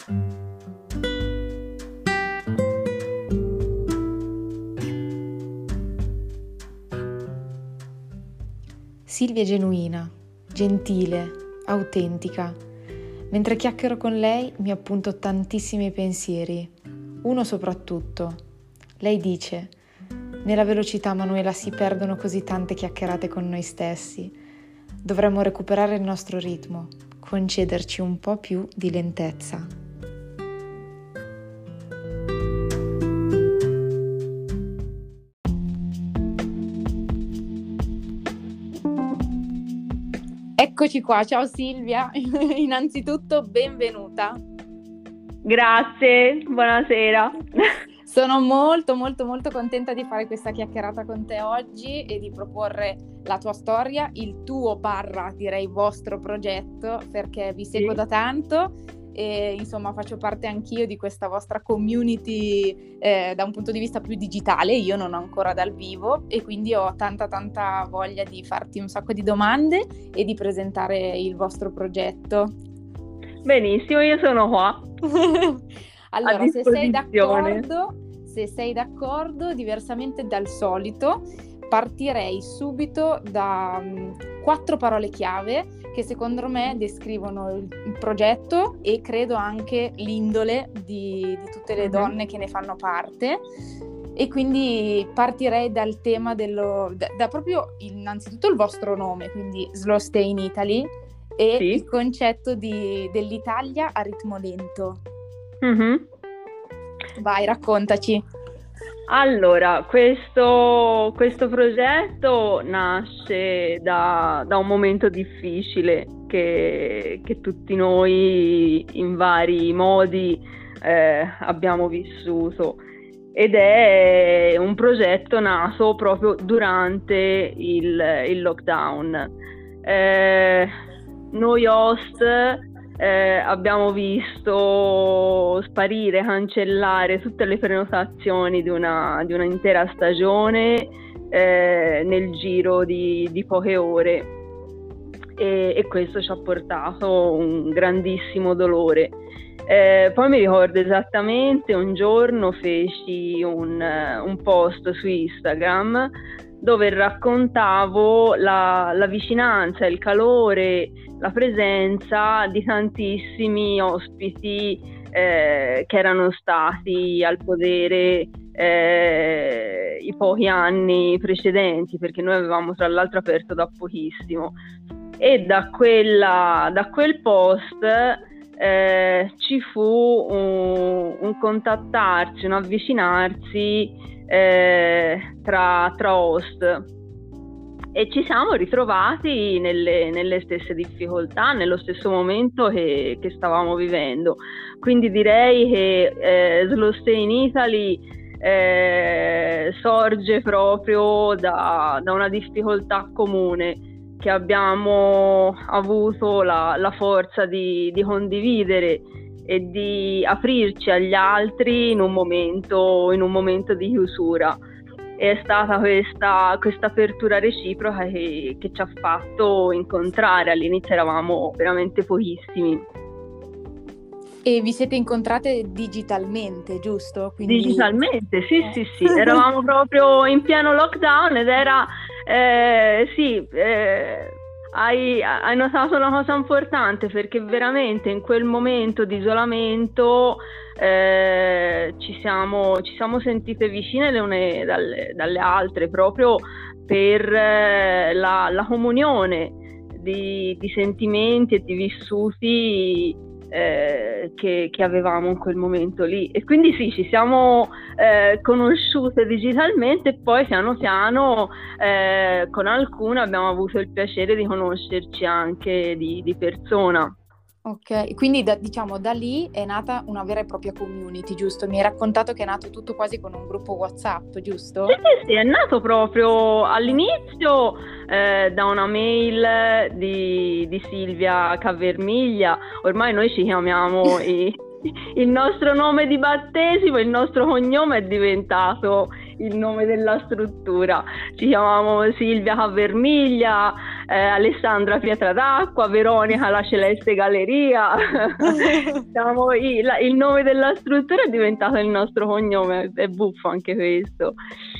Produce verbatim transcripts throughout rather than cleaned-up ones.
Silvia è genuina, gentile, autentica. Mentre chiacchiero con lei mi appunto tantissimi pensieri. Uno soprattutto. Lei dice: nella velocità, Manuela, si perdono così tante chiacchierate con noi stessi. Dovremmo recuperare il nostro ritmo, concederci un po' più di lentezza. Eccoci qua, ciao Silvia, innanzitutto benvenuta. Grazie, buonasera. Sono molto molto molto contenta di fare questa chiacchierata con te oggi e di proporre la tua storia, il tuo barra, direi vostro progetto, perché vi seguo Sì. da tanto e insomma faccio parte anch'io di questa vostra community eh, da un punto di vista più digitale. Io non ho ancora dal vivo e quindi ho tanta tanta voglia di farti un sacco di domande e di presentare il vostro progetto. Benissimo, io sono qua. Allora, se sei d'accordo, se sei d'accordo, diversamente dal solito, partirei subito da um, quattro parole chiave che secondo me descrivono il, il progetto e credo anche l'indole di, di tutte le Mhm. donne che ne fanno parte. E quindi partirei dal tema dello, da, da proprio innanzitutto il vostro nome, quindi Slow Stay in Italy, e Sì. il concetto di, dell'Italia a ritmo lento. Mhm. Vai, raccontaci. Allora, questo, questo progetto nasce da, da un momento difficile che, che tutti noi in vari modi eh, abbiamo vissuto, ed è un progetto nato proprio durante il, il lockdown. Eh, noi host Eh, abbiamo visto sparire, cancellare tutte le prenotazioni di una, di un'intera stagione eh, nel giro di, di poche ore, e, e questo ci ha portato un grandissimo dolore. Eh, poi mi ricordo esattamente, un giorno feci un, un post su Instagram dove raccontavo la, la vicinanza, il calore, la presenza di tantissimi ospiti eh, che erano stati al podere eh, i pochi anni precedenti, perché noi avevamo tra l'altro aperto da pochissimo, e da, quella, da quel post eh, ci fu un, un contattarci, un avvicinarsi eh, tra, tra host, e ci siamo ritrovati nelle, nelle stesse difficoltà, nello stesso momento che, che stavamo vivendo. Quindi direi che eh, Slow Stay in Italy eh, sorge proprio da, da una difficoltà comune che abbiamo avuto la, la forza di, di condividere e di aprirci agli altri in un momento, in un momento di chiusura. È stata questa, questa apertura reciproca che, che ci ha fatto incontrare. All'inizio eravamo veramente pochissimi. E vi siete incontrate digitalmente, giusto? Quindi... Digitalmente, sì, sì, sì. Eravamo proprio in pieno lockdown ed era, eh, sì, eh, hai, hai notato una cosa importante, perché veramente in quel momento di isolamento eh, ci siamo, ci siamo sentite vicine le une dalle, dalle altre, proprio per eh, la, la comunione di, di sentimenti e di vissuti Eh, che, che avevamo in quel momento lì. E quindi sì, ci siamo eh, conosciute digitalmente, e poi piano piano eh, con alcune abbiamo avuto il piacere di conoscerci anche di, di persona. Ok, quindi da, diciamo da lì è nata una vera e propria community, giusto? Mi hai raccontato che è nato tutto quasi con un gruppo WhatsApp, giusto? Sì, sì, sì, è nato proprio all'inizio eh, da una mail di, di Silvia Cavermiglia. Ormai noi ci chiamiamo i, il nostro nome di battesimo, il nostro cognome è diventato il nome della struttura. Ci chiamavamo Silvia Cavermiglia, eh, Alessandra Pietra d'Acqua, Veronica la Celeste Galleria. Diciamo, il, il nome della struttura è diventato il nostro cognome, è buffo anche questo.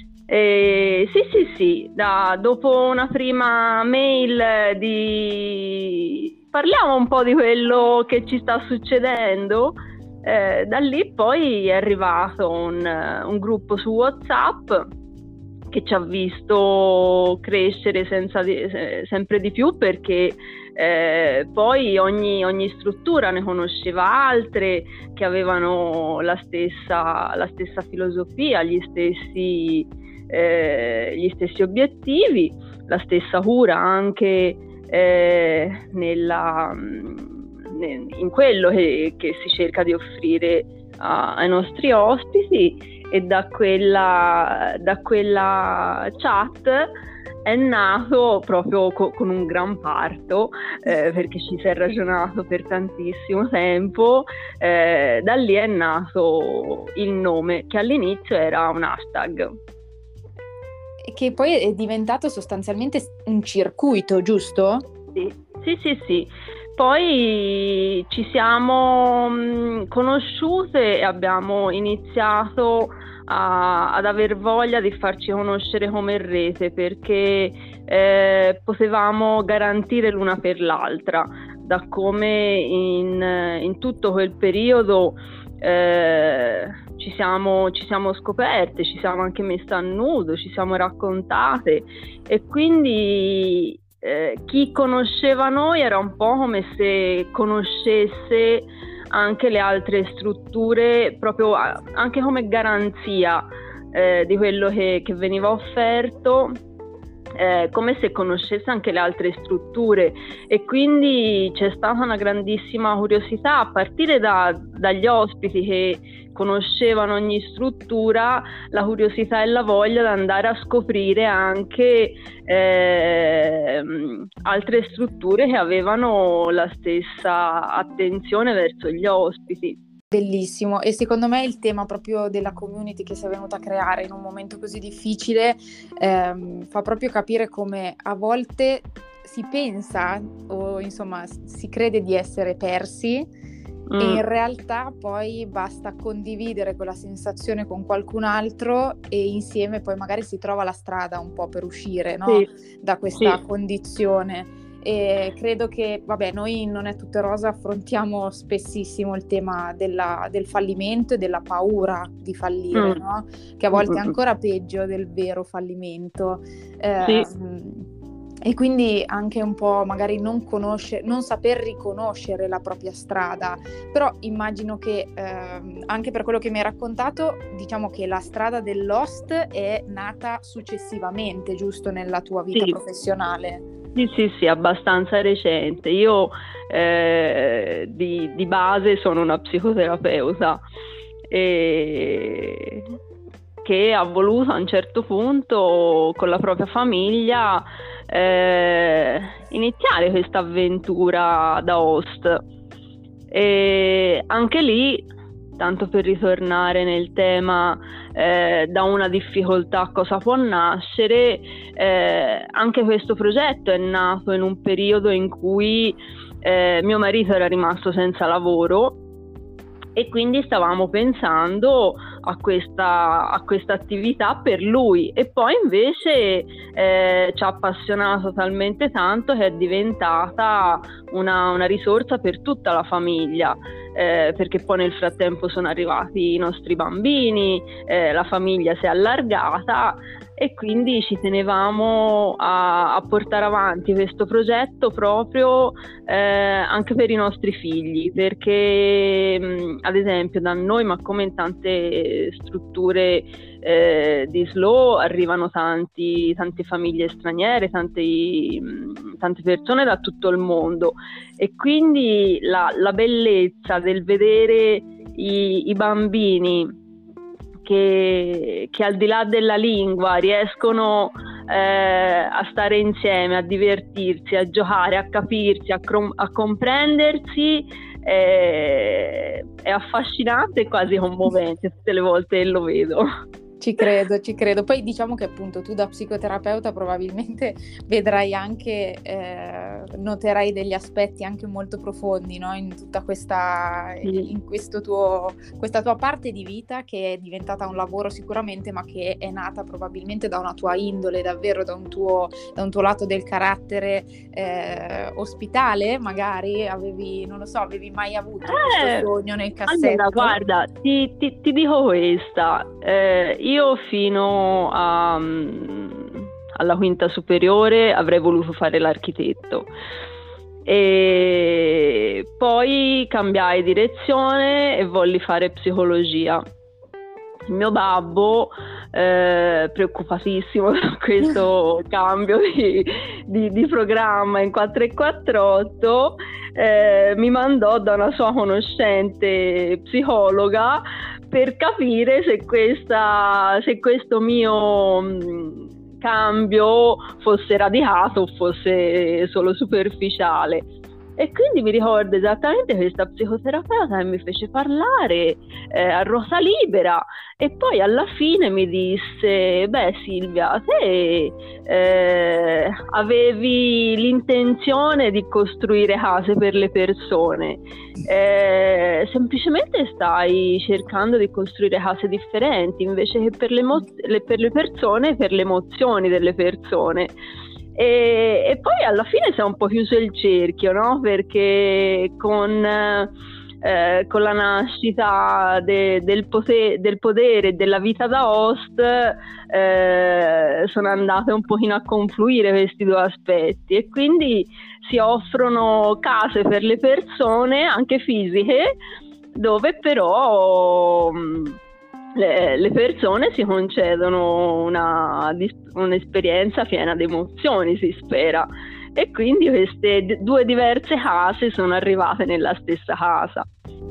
Eh, sì, sì, sì, da, dopo una prima mail di parliamo un po' di quello che ci sta succedendo, eh, da lì poi è arrivato un, un gruppo su WhatsApp che ci ha visto crescere senza di, eh, sempre di più, perché eh, poi ogni, ogni struttura ne conosceva altre che avevano la stessa, la stessa filosofia, gli stessi, eh, gli stessi obiettivi, la stessa cura anche eh, nella, in quello che, che si cerca di offrire a, ai nostri ospiti. E da quella, da quella chat è nato proprio co- con un gran parto, eh, perché ci si è ragionato per tantissimo tempo, eh, da lì è nato il nome, che all'inizio era un hashtag. Che poi è diventato sostanzialmente un circuito, giusto? Sì, sì, sì, sì. Poi ci siamo mh, conosciute e abbiamo iniziato a, ad aver voglia di farci conoscere come rete, perché eh, potevamo garantire l'una per l'altra, da come in, in tutto quel periodo eh, ci siamo, ci siamo scoperte, ci siamo anche messe a nudo, ci siamo raccontate, e quindi Eh, chi conosceva noi era un po' come se conoscesse anche le altre strutture, proprio a, anche come garanzia eh, di quello che, che veniva offerto, eh, come se conoscesse anche le altre strutture, e quindi c'è stata una grandissima curiosità a partire da, dagli ospiti che conoscevano ogni struttura, la curiosità e la voglia di andare a scoprire anche eh, altre strutture che avevano la stessa attenzione verso gli ospiti. Bellissimo, e secondo me il tema proprio della community che si è venuta a creare in un momento così difficile ehm, fa proprio capire come a volte si pensa o insomma si crede di essere persi, e in realtà poi basta condividere quella sensazione con qualcun altro e insieme poi magari si trova la strada un po' per uscire, no? Sì, da questa sì. condizione. E credo che, vabbè, noi in Non è tutto rosa affrontiamo spessissimo il tema della, del fallimento e della paura di fallire, mm. no? Che a volte è ancora peggio del vero fallimento. Eh, sì. E quindi anche un po' magari non conoscere, non saper riconoscere la propria strada, però immagino che ehm, anche per quello che mi hai raccontato, diciamo che la strada dell'host è nata successivamente, giusto, nella tua vita sì. professionale? Sì, sì, sì, abbastanza recente. Io eh, di, di base sono una psicoterapeuta e che ha voluto a un certo punto con la propria famiglia eh, iniziare questa avventura da host, e anche lì, tanto per ritornare nel tema eh, da una difficoltà cosa può nascere, eh, anche questo progetto è nato in un periodo in cui eh, mio marito era rimasto senza lavoro, e quindi stavamo pensando a questa, a questa attività per lui, e poi invece eh, ci ha appassionato talmente tanto che è diventata una, una risorsa per tutta la famiglia, eh, perché poi nel frattempo sono arrivati i nostri bambini, eh, la famiglia si è allargata, e quindi ci tenevamo a, a portare avanti questo progetto proprio eh, anche per i nostri figli, perché mh, ad esempio da noi, ma come in tante strutture eh, di S L O, arrivano tanti, tante famiglie straniere, tanti, mh, tante persone da tutto il mondo, e quindi la, la bellezza del vedere i, i bambini Che, che al di là della lingua riescono eh, a stare insieme, a divertirsi, a giocare, a capirsi, a, crom- a comprendersi, eh, è affascinante e quasi commovente tutte le volte che lo vedo. Ci credo, ci credo. Poi diciamo che appunto tu da psicoterapeuta probabilmente vedrai anche, eh, noterai degli aspetti anche molto profondi, no? In tutta questa, Sì. in questo tuo, questa tua parte di vita che è diventata un lavoro sicuramente, ma che è nata probabilmente da una tua indole, davvero da un tuo, da un tuo lato del carattere eh, ospitale, magari avevi, non lo so, avevi mai avuto questo Eh, sogno nel cassetto? allora, guarda, ti, ti- ti dico questa. Eh, io fino a, mm, alla quinta superiore avrei voluto fare l'architetto. E poi cambiai direzione e volli fare psicologia. Il mio babbo, eh, preoccupatissimo da questo cambio di, di- di programma in quattro e quattrocento, eh, mi mandò da una sua conoscente psicologa per capire se, questa, se questo mio mh, cambio fosse radicato o fosse solo superficiale. E quindi mi ricordo esattamente questa psicoterapeuta che mi fece parlare eh, a ruota libera, e poi alla fine mi disse: beh Silvia, te eh, avevi l'intenzione di costruire case per le persone, eh, semplicemente stai cercando di costruire case differenti invece che per le, emo- le- per le persone, per le emozioni delle persone. E, e poi alla fine si è un po' chiuso il cerchio, no? Perché con, eh, con la nascita de, del, potere, del podere e della vita da host eh, sono andate un pochino a confluire questi due aspetti, e quindi si offrono case per le persone, anche fisiche, dove però mh, le, le persone si concedono una, un'esperienza piena di emozioni, si spera, e quindi queste d- due diverse case sono arrivate nella stessa casa.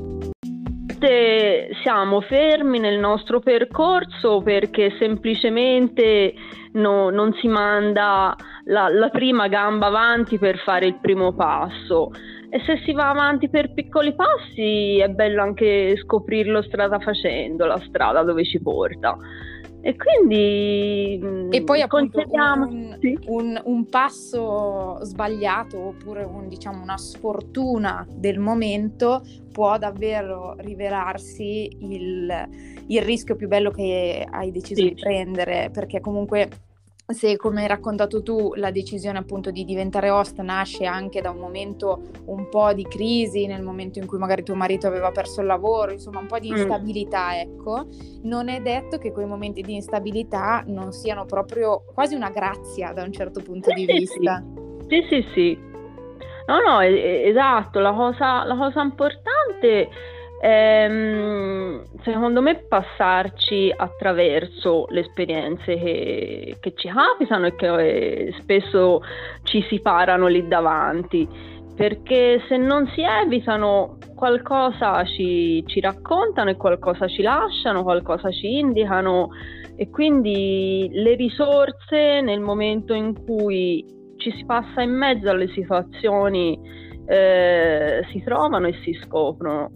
Siamo fermi nel nostro percorso perché semplicemente no, non si manda la, la prima gamba avanti per fare il primo passo, e se si va avanti per piccoli passi è bello anche scoprirlo strada facendo, la strada dove ci porta. E quindi E poi appunto concediamo un, sì. un, un passo sbagliato oppure un, diciamo, una sfortuna del momento può davvero rivelarsi il, il rischio più bello che hai deciso Sì. di prendere, perché comunque se, come hai raccontato tu, la decisione appunto di diventare host nasce anche da un momento un po' di crisi, nel momento in cui magari tuo marito aveva perso il lavoro, insomma un po' di instabilità, mm. ecco, non è detto che quei momenti di instabilità non siano proprio quasi una grazia da un certo punto sì, di sì, vista. Sì, sì, sì. No, no, esatto, la cosa, la cosa importante Ehm, secondo me passarci attraverso le esperienze che, che ci capitano e che eh, spesso ci si parano lì davanti, perché se non si evitano qualcosa ci, ci raccontano e qualcosa ci lasciano, qualcosa ci indicano, e quindi le risorse nel momento in cui ci si passa in mezzo alle situazioni eh, si trovano e si scoprono.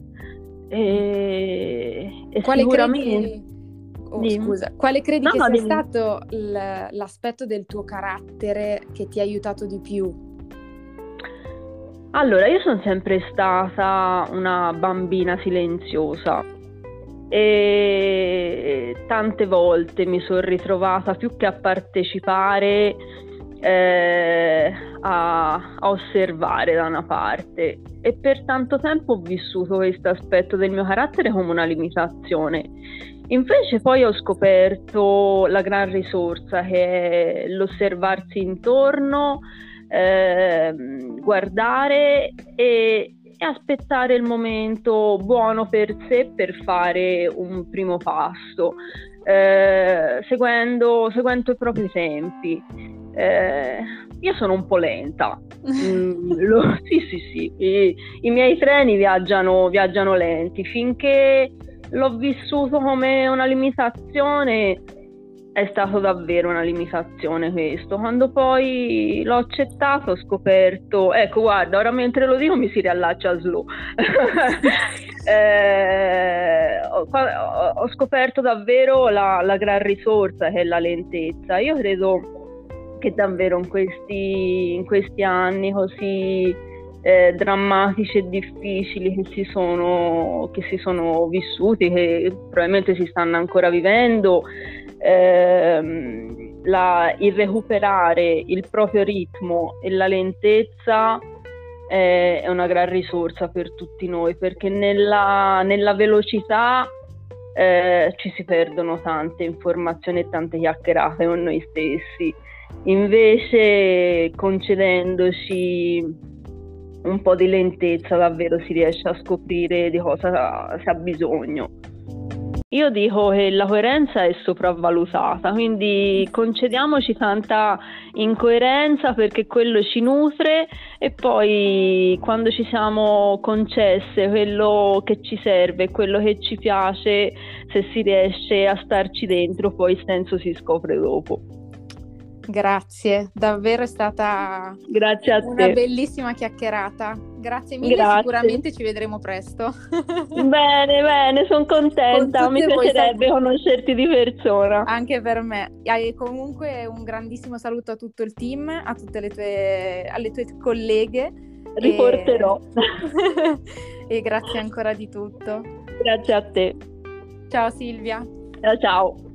E, e quale sicuramente credi, oh, scusa, quale credi no, che no, sia dimmi. stato l- l'aspetto del tuo carattere che ti ha aiutato di più? Allora, io sono sempre stata una bambina silenziosa e tante volte mi sono ritrovata più che a partecipare eh, a, a osservare da una parte, e per tanto tempo ho vissuto questo aspetto del mio carattere come una limitazione. Invece poi ho scoperto la gran risorsa che è l'osservarsi intorno, eh, guardare e, e aspettare il momento buono per sé per fare un primo passo, eh, seguendo, seguendo i propri tempi. Eh, io sono un po' lenta. Mm, lo, sì, sì, sì. I, i miei treni viaggiano, viaggiano lenti. Finché l'ho vissuto come una limitazione, è stato davvero una limitazione questo. Quando poi l'ho accettato, ho scoperto, ecco, guarda, ora mentre lo dico mi si riallaccia Slow. eh, ho, ho, ho scoperto davvero la, la gran risorsa che è la lentezza. Io credo che davvero in questi, in questi anni così eh, drammatici e difficili che si sono, che si sono vissuti, che probabilmente si stanno ancora vivendo, ehm, la, il recuperare il proprio ritmo e la lentezza è, è una gran risorsa per tutti noi, perché nella, nella velocità eh, ci si perdono tante informazioni e tante chiacchierate con noi stessi. Invece, concedendoci un po' di lentezza, davvero si riesce a scoprire di cosa si ha bisogno. Io dico che la coerenza è sopravvalutata, quindi concediamoci tanta incoerenza, perché quello ci nutre, e poi quando ci siamo concesse quello che ci serve, quello che ci piace, se si riesce a starci dentro, poi il senso si scopre dopo. Grazie, davvero è stata Grazie a te. Una bellissima chiacchierata. Grazie mille, Grazie. Sicuramente ci vedremo presto. Bene, bene, sono contenta, mi piacerebbe voi... conoscerti di persona. Anche per me. E comunque un grandissimo saluto a tutto il team, a tutte le tue, alle tue colleghe. Riporterò. E... e grazie ancora di tutto. Grazie a te. Ciao Silvia. Ciao ciao.